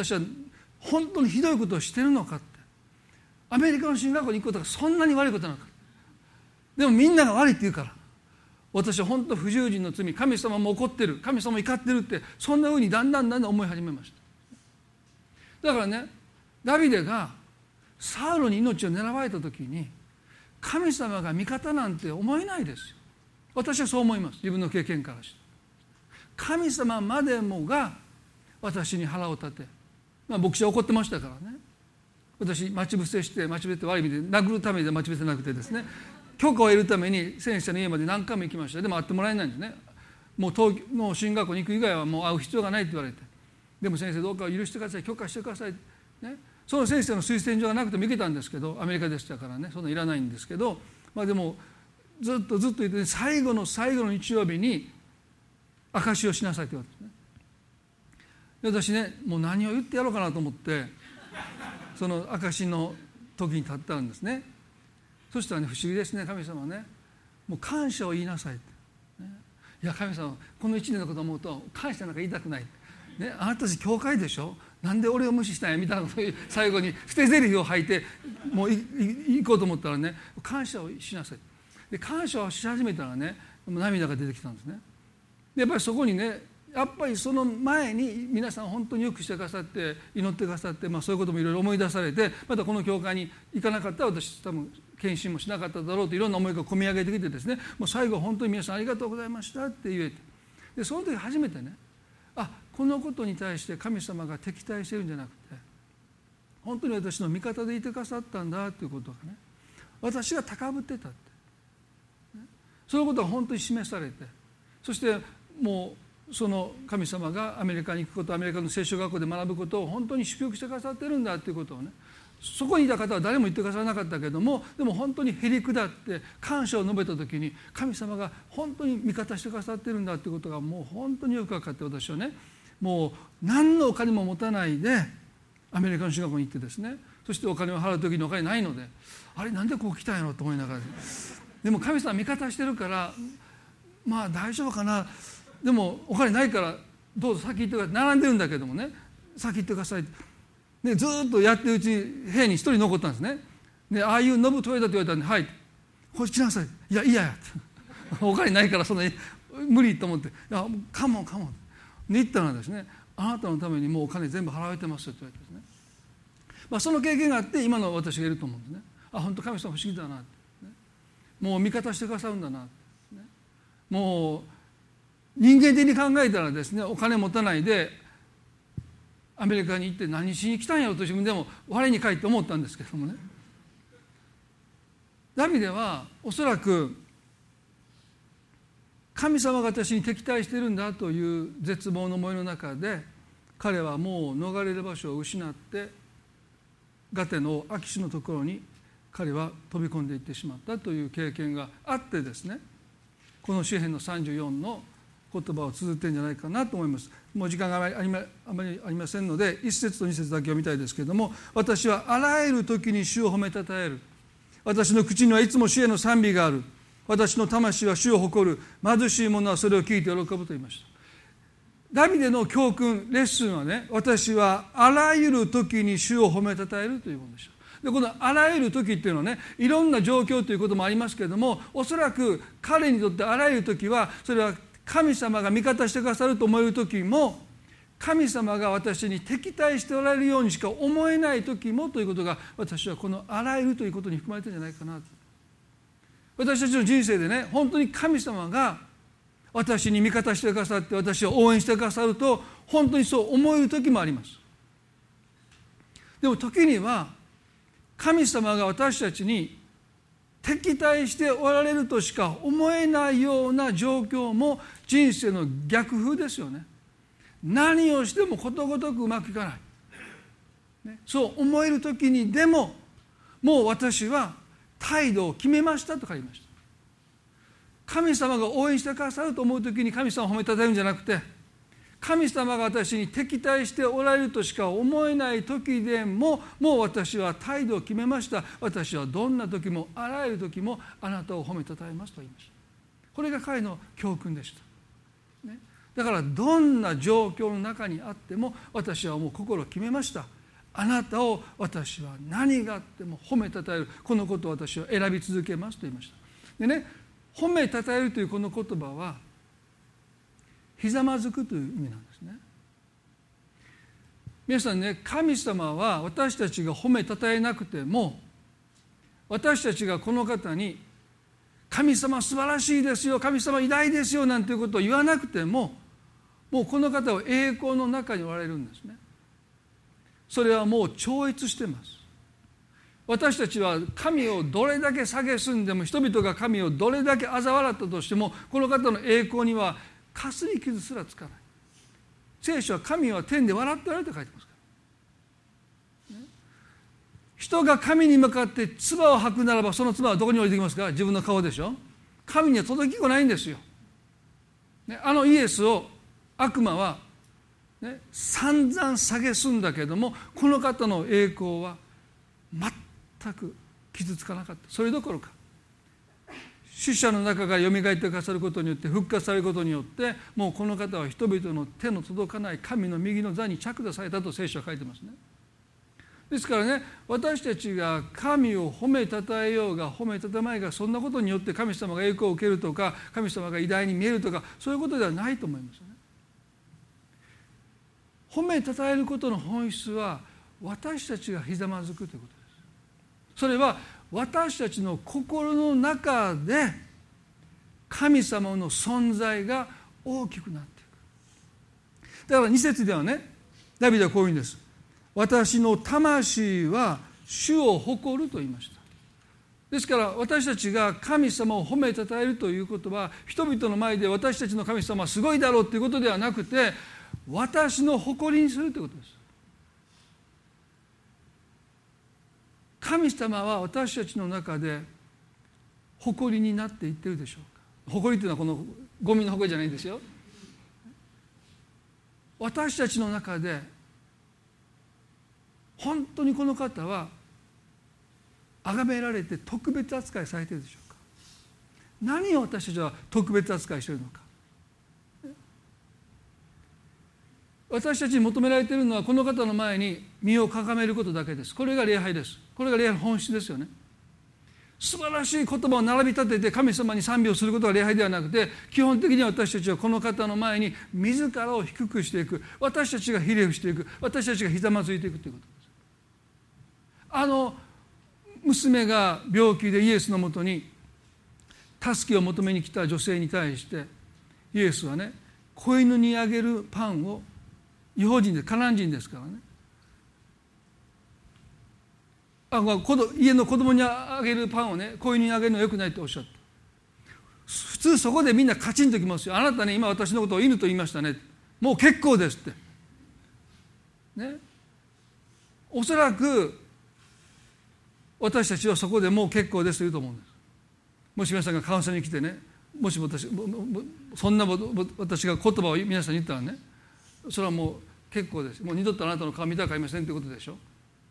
私は本当にひどいことをしてるのかって、アメリカの進学校に行くことがそんなに悪いことなのか、でもみんなが悪いって言うから、私は本当不従順の罪、神様も怒ってる、神様も怒ってるって、そんなふうにだんだんだんだん思い始めました。だからね、ダビデがサウロに命を狙われた時に神様が味方なんて思えないですよ。私はそう思います、自分の経験からして。神様までもが私に腹を立て、まあ、牧師は怒ってましたからね、私待ち伏せして、待ち伏せって悪い意味で殴るために待ち伏せなくてですね、許可を得るために先生の家まで何回も行きました。でも会ってもらえないんですね。 もう東京の進学校に行く以外はもう会う必要がないと言われて、でも先生どうか許してください、許可してください、ね、その先生の推薦状がなくても行けたんですけど、アメリカでしたからね、そんなのいらないんですけど、まあ、でもずっとずっと言って、ね、最後の最後の日曜日に証しをしなさいと言われてね。で私ね、もう何を言ってやろうかなと思ってその証しの時に立ったんですね。そしたらね、不思議ですね、神様はね、もう感謝を言いなさいって、ね、いや神様、この一年のことを思うと感謝なんか言いたくない、ね、あなたたち教会でしょ、なんで俺を無視したんやみたいなことを最後に捨て台詞を吐いてもう行こうと思ったらね、感謝をしなさい。で感謝をし始めたらね、涙が出てきたんですね。でやっぱりそこにね、やっぱりその前に皆さん本当によくしてくださって祈ってくださって、まあ、そういうこともいろいろ思い出されて、またこの教会に行かなかったら私多分献身もしなかっただろうといろんな思いが込み上げてきてですね、もう最後本当に皆さんありがとうございましたって言えて、でその時初めてね、あ、このことに対して神様が敵対してるんじゃなくて、本当に私の味方でいてくださったんだということがね、私が高ぶってたって、ね、そのことが本当に示されて、そしてもうその神様がアメリカに行くこと、アメリカの聖書学校で学ぶことを本当に祝福してくださってるんだということをね、そこにいた方は誰も言ってくださらなかったけども、でも本当にへり下って感謝を述べた時に、神様が本当に味方してくださってるんだということがもう本当によく分かって、私はね、もう何のお金も持たないでアメリカの進学校に行ってですね、そしてお金を払う時にお金ないので、あれなんでこう来たんやろと思いながら、でも神様味方してるからまあ大丈夫かな、でもお金ないからどうぞ先行ってください、並んでるんだけどもね、先行ってください、でずっとやってるうちに部屋に一人残ったんですね。でああいうノブトイレだと言われたんで、はいこっち来なさい、いやいややお金ないからそんなに無理と思って、いやカモンカモンで言ったらですね、あなたのためにもうお金全部払われてますって言われてですね、まあ、その経験があって今の私がいると思うんですね。あ、本当神様不思議だなって、ね、もう味方してくださるんだなって、ね、もう人間的に考えたらですね、お金持たないでアメリカに行って何しに来たんやろと自分でも我に返って思ったんですけどもね、ダビデはおそらく神様が私に敵対しているんだという絶望の思いの中で、彼はもう逃れる場所を失ってガテのアキシュのところに彼は飛び込んでいってしまったという経験があってですね、この詩編のさんじゅうよんの言葉を綴っているんじゃないかなと思います。もう時間があまりあまりありませんので一節と二節だけを見たいですけれども、私はあらゆる時に主を褒めたたえる、私の口にはいつも主への賛美がある、私の魂は主を誇る、貧しい者はそれを聞いて喜ぶと言いました。ダビデの教訓レッスンはね、私はあらゆる時に主を褒めたたえるということでした。でこのあらゆる時っていうのはね、いろんな状況ということもありますけれども、おそらく彼にとってあらゆる時はそれは神様が味方してくださると思える時も、神様が私に敵対しておられるようにしか思えない時もということが、私はこのあらゆるということに含まれているんじゃないかなと。私たちの人生でね、本当に神様が私に味方してくださって私を応援してくださると本当にそう思える時もあります。でも時には神様が私たちに敵対しておられるとしか思えないような状況も人生の逆風ですよね。何をしてもことごとくうまくいかない、ね、そう思える時にでももう私は態度を決めましたと書きました。神様が応援してくださると思う時に神様を褒めたたえるんじゃなくて、神様が私に敵対しておられるとしか思えない時でももう私は態度を決めました。私はどんな時もあらゆる時もあなたを褒めたたえますと言いました。これが彼の教訓でした、ね、だからどんな状況の中にあっても私はもう心を決めました。あなたを私は何があっても褒めたたえる、このことを私は選び続けますと言いました。でね、褒めたたえるというこの言葉はひざまずくという意味なんですね。皆さんね、神様は私たちが褒めたたえなくても、私たちがこの方に神様素晴らしいですよ、神様偉大ですよなんていうことを言わなくても、もうこの方は栄光の中におられるんですね。それはもう超越しています。私たちは神をどれだけ蔑んでも、人々が神をどれだけ嘲笑ったとしても、この方の栄光にはかすり傷すらつかない。聖書は神は天で笑っておられると書いてますから、ね、人が神に向かって唾を吐くならば、その唾はどこに降りてきますか？自分の顔でしょ。神には届きこないんですよ、ね、あのイエスを悪魔は、ね、散々蔑んだけども、この方の栄光は全く傷つかなかった。それどころか死者の中からよみがえってくださることによって、復活されることによって、もうこの方は人々の手の届かない神の右の座に着座されたと聖書は書いてますね。ですからね、私たちが神を褒めたたえようが褒めたたまえが、そんなことによって神様が栄光を受けるとか、神様が偉大に見えるとか、そういうことではないと思いますね。褒めたたえることの本質は、私たちがひざまずくということです。それは私たちの心の中で神様の存在が大きくなっていく。だからに節ではね、ダビデはこういうんです。私の魂は主を誇ると言いました。ですから私たちが神様を褒めたたえるということは、人々の前で私たちの神様はすごいだろうということではなくて、私の誇りにするということです。神様は私たちの中で誇りになっていっているでしょうか。誇りというのはこのゴミの誇りじゃないんですよ。私たちの中で本当にこの方は崇められて特別扱いされているでしょうか。何を私たちは特別扱いしているのか。私たちに求められているのは、この方の前に身をかがめることだけです。これが礼拝です。これが礼拝の本質ですよね。素晴らしい言葉を並び立てて神様に賛美をすることが礼拝ではなくて、基本的には私たちはこの方の前に自らを低くしていく、私たちがひれ伏していく、私たちがひざまずいていくということです。あの娘が病気でイエスのもとに助けを求めに来た女性に対して、イエスはね、子犬にあげるパンを、異邦人でカナン人ですからね、あ家の子供にあげるパンをね、子犬にあげるのはよくないとおっしゃった。普通そこでみんなカチンときますよ。あなたね、今私のことを犬と言いましたね、もう結構ですってね。おそらく私たちはそこでもう結構ですと言うと思うんです。もし皆さんがカウンセラーに来てね、もし私そんな私が言葉を皆さんに言ったらね、それはもう結構です、もう二度とあなたの顔見たくありませんということでしょ。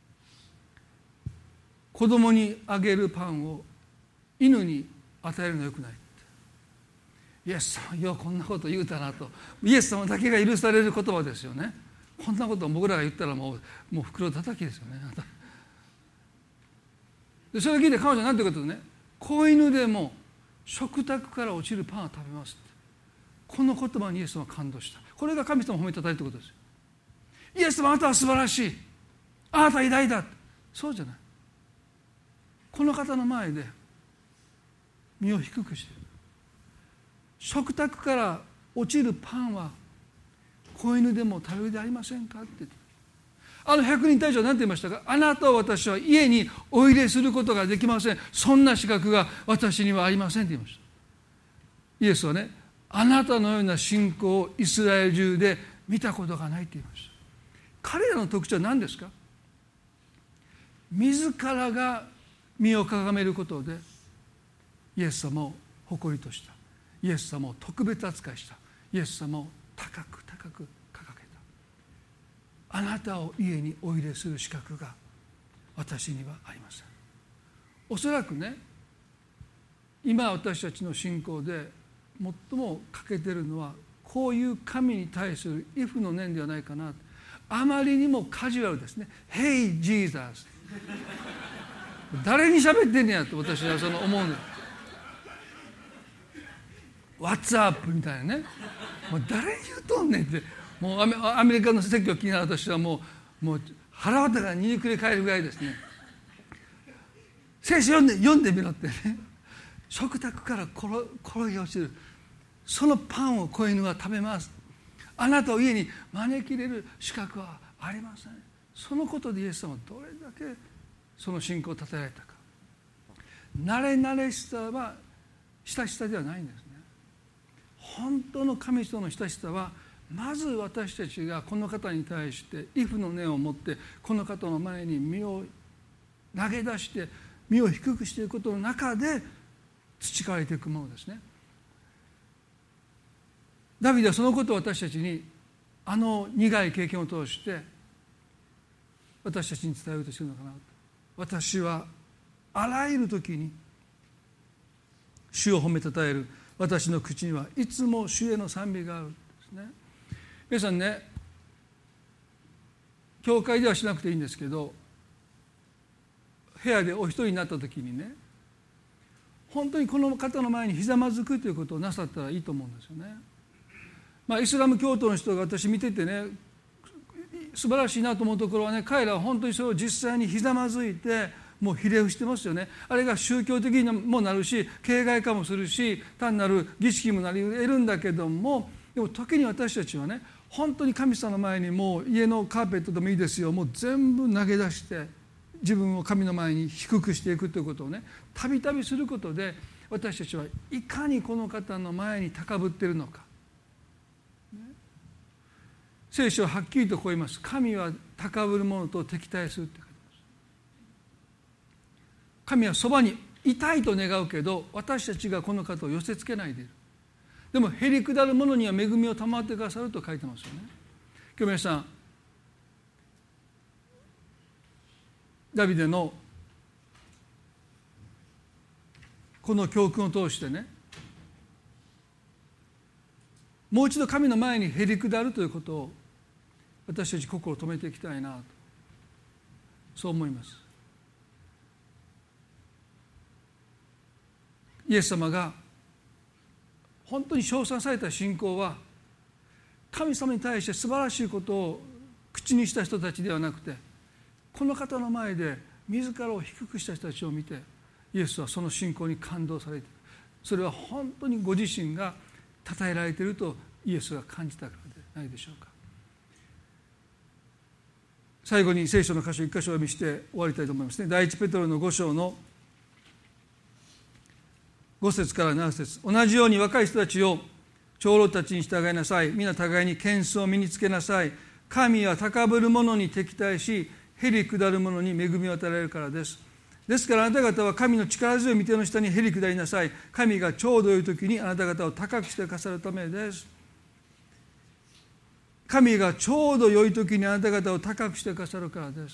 子供にあげるパンを犬に与えるのはよくない。イエス様よこんなこと言うたなと。イエス様だけが許される言葉ですよね。こんなことを僕らが言ったらもうもう袋叩きですよね。でそれを聞いて彼女は何て言うかというとね、子犬でも食卓から落ちるパンを食べますって、この言葉にイエス様は感動した。これが神様を褒めたたえるということですよ。イエス様あなたは素晴らしい、あなたは偉大だ、そうじゃない。この方の前で身を低くしている。食卓から落ちるパンは子犬でも食べるでありませんかって言って、あの百人隊長は何て言いましたか。あなたを私は家にお入れすることができません、そんな資格が私にはありませんって言いました。イエスはね、あなたのような信仰をイスラエル中で見たことがないって言いました。彼らの特徴は何ですか。自らが身をかがめることでイエス様を誇りとした、イエス様を特別扱いした、イエス様を高く高く掲げた。あなたを家にお入れする資格が私にはありません。おそらくね、今私たちの信仰で最も欠けているのはこういう神に対する畏怖の念ではないかな。あまりにもカジュアルですね。 Hey Jesus 誰に喋ってんねやと私はその思うんです。 What's up みたいなね、もう誰に言うとんねんって、もうアメ、アメリカの説教を聞きながら私はもう、もう腹渡が煮にくり返るぐらいですね。聖書読んで読んでみろってね。食卓から転げ落ちるそのパンを子犬は食べます。あなたを家に招き入れる資格はありません。そのことでイエス様はどれだけその信仰を称えられたか。慣れ慣れしさは親しさではないんですね。 本当の神との親しさは、まず私たちがこの方に対して畏怖の念を持ってこの方の前に身を投げ出して身を低くしていくことの中で培われていくものですね。ダビデはそのことを私たちにあの苦い経験を通して私たちに伝えようとしているのかなと。私はあらゆる時に主を褒めたたえる。私の口にはいつも主への賛美があるんですね。皆さんね、教会ではしなくていいんですけど、部屋でお一人になった時にね、本当にこの方の前にひざまずくということをなさったらいいと思うんですよね。まあ、イスラム教徒の人が私見ててね、素晴らしいなと思うところはね、彼らは本当にそれを実際にひざまずいてもうひれ伏してますよね。あれが宗教的にもなるし、形骸化もするし、単なる儀式もなり得るんだけども、でも時に私たちはね、本当に神様の前にもう家のカーペットでもいいですよ、もう全部投げ出して自分を神の前に低くしていくということをね、たびたびすることで、私たちはいかにこの方の前に高ぶっているのか、ね、聖書ははっきりとこう言います。神は高ぶる者と敵対するって書いてます。神はそばにいたいと願うけど、私たちがこの方を寄せつけないでいる。でもへりくだる者には恵みを賜ってくださると書いてますよね。今日皆さん、ダビデのこの教訓を通してね、もう一度神の前にへりくだるということを私たち心を止めていきたいなと、そう思います。イエス様が本当に称賛された信仰は、神様に対して素晴らしいことを口にした人たちではなくて、この方の前で自らを低くした人たちを見て、イエスはその信仰に感動されている。それは本当にご自身が称えられているとイエスが感じたからではないでしょうか。最後に聖書の箇所一箇所をお読みして終わりたいと思いますね。第一ペトロのご章のご節からなな節。同じように若い人たちを長老たちに従いなさい。皆互いに謙遜を身につけなさい。神は高ぶる者に敵対し、へりくだる者に恵みを与えられるからです。ですからあなた方は神の力強い御手の下にへりくだりなさい。神がちょうど良い時にあなた方を高くしてくださるためです。神がちょうど良い時にあなた方を高くしてくださるからです。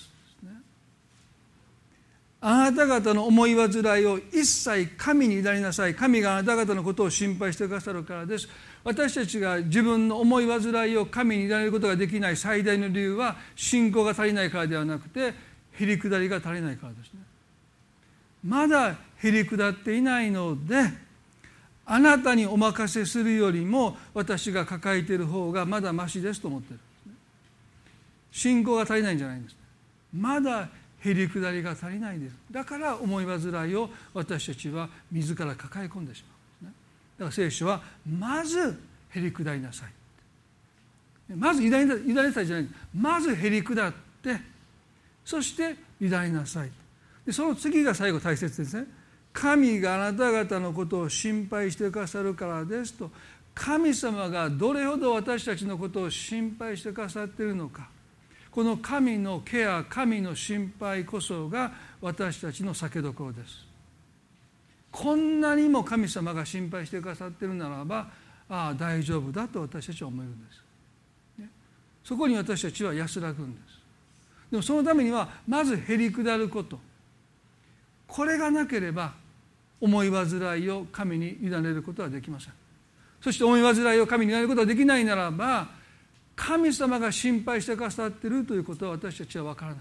あなた方の思い煩いを一切神に委ねなさい。神があなた方のことを心配してくださるからです。私たちが自分の思い煩いを神に委ねることができない最大の理由は、信仰が足りないからではなくて、へりくだりが足りないからですね。まだへりくだっていないので、あなたにお任せするよりも私が抱えている方がまだマシですと思っているんですね。信仰が足りないんじゃないんです。まだへりくだりが足りないです。だから思い煩いを私たちは自ら抱え込んでしまうんですね。だから聖書はまずへりくだりなさい、まず委ねなさいじゃない、まずへりくだって、そして委ねなさい。でその次が最後大切ですね。神があなた方のことを心配してくださるからですと。神様がどれほど私たちのことを心配してくださっているのか、この神のケア、神の心配こそが私たちの酒どころです。こんなにも神様が心配してくださっているならば、ああ大丈夫だと私たちは思えるんです、ね、そこに私たちは安らぐんです。でもそのためにはまずへりくだること、これがなければ思い煩いを神に委ねることはできません。そして思い煩いを神に委ねることができないならば、神様が心配してくださっているということは私たちは分からない。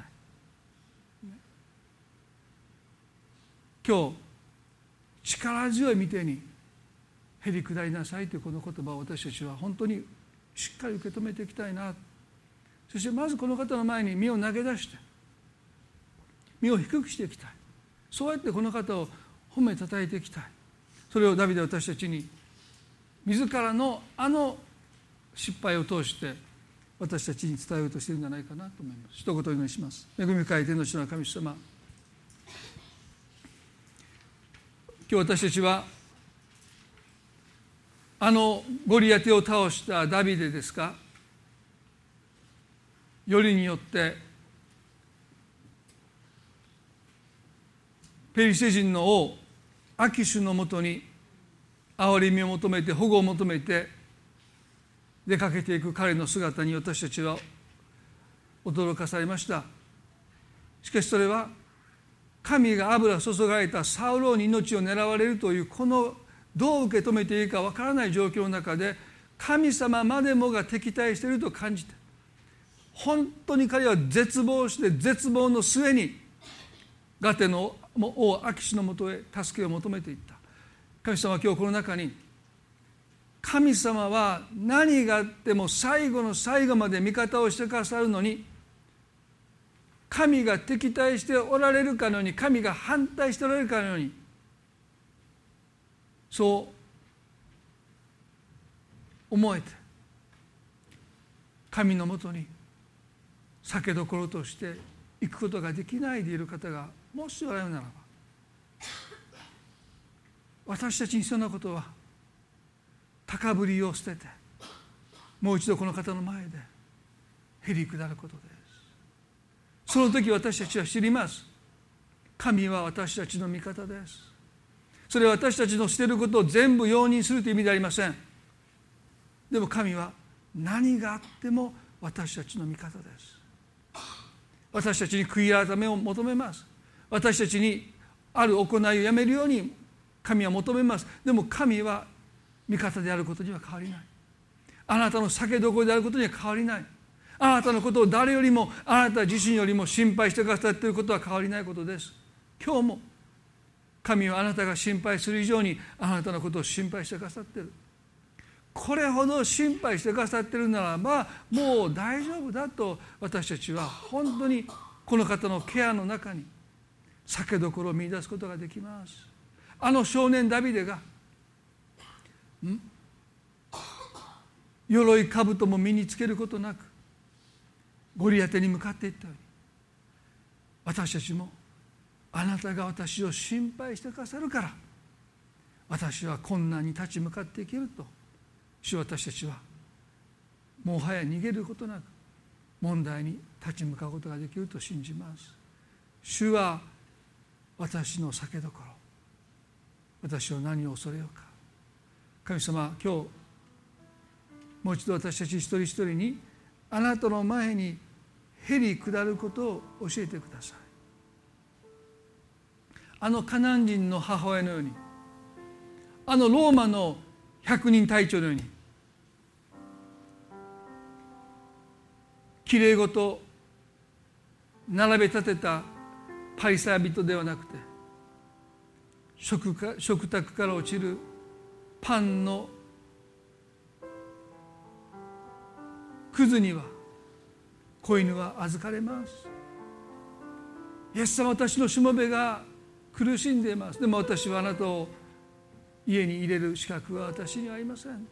今日力強い御手にへりくだりなさいというこの言葉を私たちは本当にしっかり受け止めていきたいな。そしてまずこの方の前に身を投げ出して身を低くしていきたい。そうやってこの方を褒めたたえていきたい。それをダビデは私たちに自らのあの失敗を通して私たちに伝えようとしているんじゃないかなと思います。一言お祈りします。恵み深い天の地の神様、今日私たちはあのゴリアテを倒したダビデですか、よりによってペリシテ人の王アキシュのもとに憐れみを求めて保護を求めて出かけていく彼の姿に私たちは驚かされました。しかしそれは神が油注がれたサウロに命を狙われるというこのどう受け止めていいかわからない状況の中で神様までもが敵対していると感じて、本当に彼は絶望して絶望の末にガテの王アキシュのもとへ助けを求めていった。神様は今日この中に、神様は何があっても最後の最後まで味方をしてくださるのに、神が敵対しておられるかのように、神が反対しておられるかのように、そう思えて神のもとに酒どころとして行くことができないでいる方がもしおられるならば、私たちに必要なことは高ぶりを捨ててもう一度この方の前でへり下ることです。その時私たちは知ります。神は私たちの味方です。それは私たちのしていることを全部容認するという意味ではありません。でも神は何があっても私たちの味方です。私たちに悔い改めを求めます。私たちにある行いをやめるように神は求めます。でも神は味方であることには変わりない。あなたの酒どころであることには変わりない。あなたのことを誰よりもあなた自身よりも心配してくださっていることは変わりないことです。今日も神はあなたが心配する以上にあなたのことを心配してくださっている。これほど心配してくださっているならばもう大丈夫だと私たちは本当にこの方のケアの中に酒どころを見出すことができます。あの少年ダビデがん鎧兜も身につけることなくゴリアテに向かっていったように、私たちもあなたが私を心配してくださるから私は困難に立ち向かっていけると、主は私たちはもはや逃げることなく問題に立ち向かうことができると信じます。主は私の酒どころ、私は何を恐れようか。神様、今日もう一度私たち一人一人にあなたの前にへり下ることを教えてください。あのカナン人の母親のように、あのローマの百人隊長のように、きれいごと並べ立てたパリサイ人ではなくて、 食か食卓から落ちるパンのくずには子犬は預かれます。イエス様、私のしもべが苦しんでいます。でも私はあなたを家に入れる資格は私にはありません。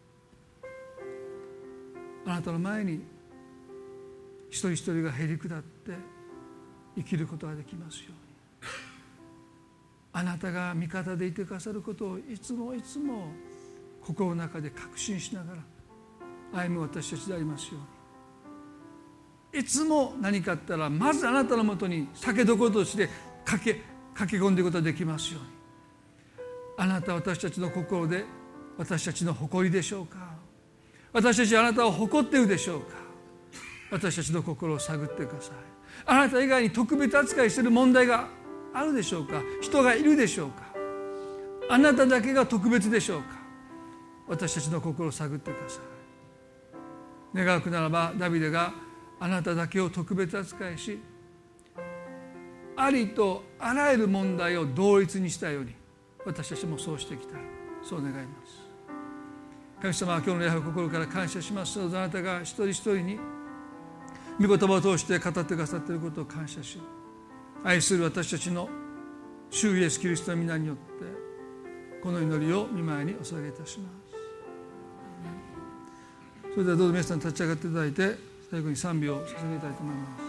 あなたの前に一人一人がへり下って生きることができますように、あなたが味方でいてくださることをいつもいつも心の中で確信しながら歩む私たちでありますように、いつも何かあったらまずあなたのもとに酒どころとして駆け駆け込んでいくことができますように。あなたは私たちの心で私たちの誇りでしょうか。私たちはあなたを誇っているでしょうか。私たちの心を探ってください。あなた以外に特別扱いしている問題があるでしょうか。人がいるでしょうか。あなただけが特別でしょうか。私たちの心を探ってください。願うくならばダビデがあなただけを特別扱いし、ありとあらゆる問題を同一にしたように私たちもそうしていきたい、そう願います。神様は今日の礼拝を心から感謝します。あなたが一人一人に御言葉を通して語ってくださっていることを感謝し、愛する私たちの主イエスキリストの皆によってこの祈りを御前にお捧げいたします。それではどうぞ皆さん立ち上がっていただいて最後に賛美を捧げたいと思います。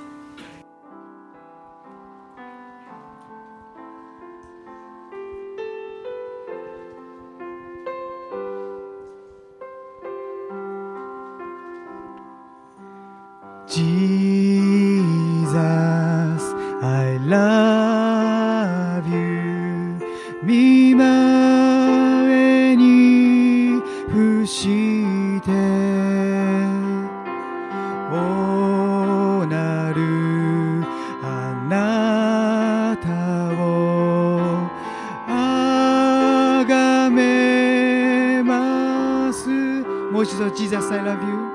Jesus, I love you. 見舞に伏しておなるあなたをあがめます。もう一度 Jesus, I love you.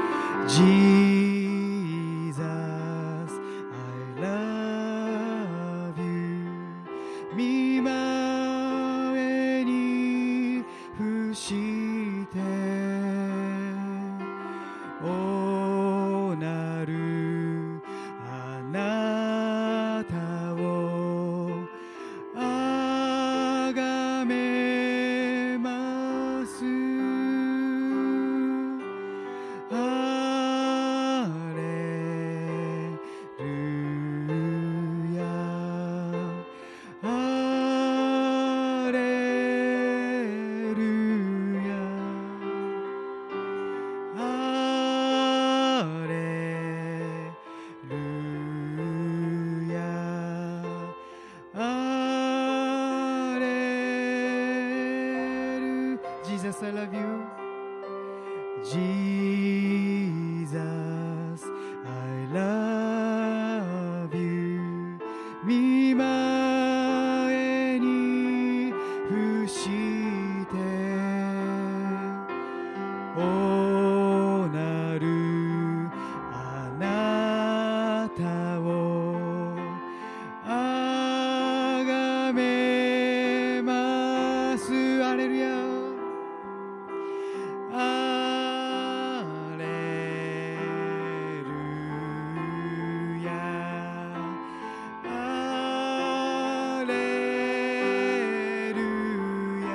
Jesus, I love you. 見舞に伏しておなるあなたをあがめます。ハレルヤハレルヤハレルヤハレル Jesus, I love you. Jesus, I love you. 見舞に伏しておなるあなたをあがめます。ハレルヤハレルヤハレルヤ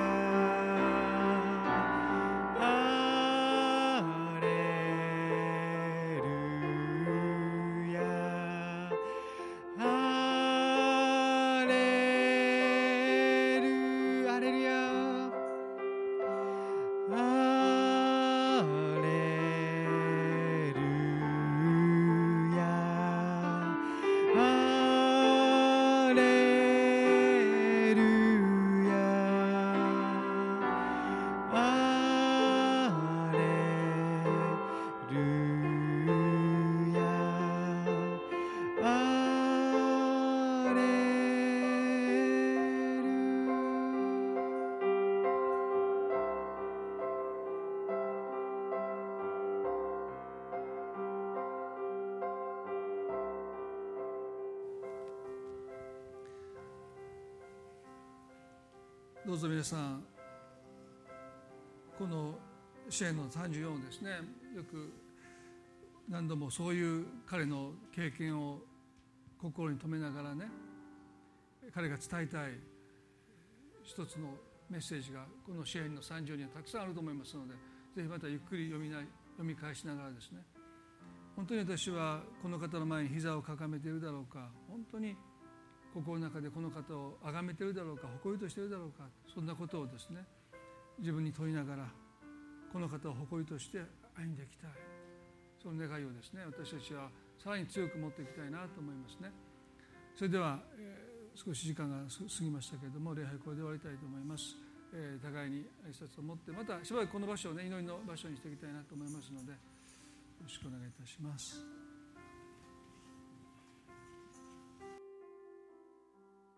ハレルヤハレルハレルヤハレルヤハレルヤハレルヤハレどうぞ皆さん、この詩篇のさんじゅうよんをですね、よく何度もそういう彼の経験を心に留めながらね、彼が伝えたい一つのメッセージがこの詩篇のさんじゅうよんにはたくさんあると思いますので、ぜひまたゆっくり読みな読み返しながらですね、本当に私はこの方の前に膝をかがめているだろうか、本当に心の中でこの方を崇めているだろうか、誇りとしているだろうか、そんなことをですね自分に問いながら、この方を誇りとして歩んでいきたい、その願いをですね私たちはさらに強く持っていきたいなと思いますね。それでは、えー、少し時間が過ぎましたけれども、礼拝これで終わりたいと思います。えー、互いに挨拶を持ってまたしばらくこの場所をね祈りの場所にしていきたいなと思いますので、よろしくお願いいたします。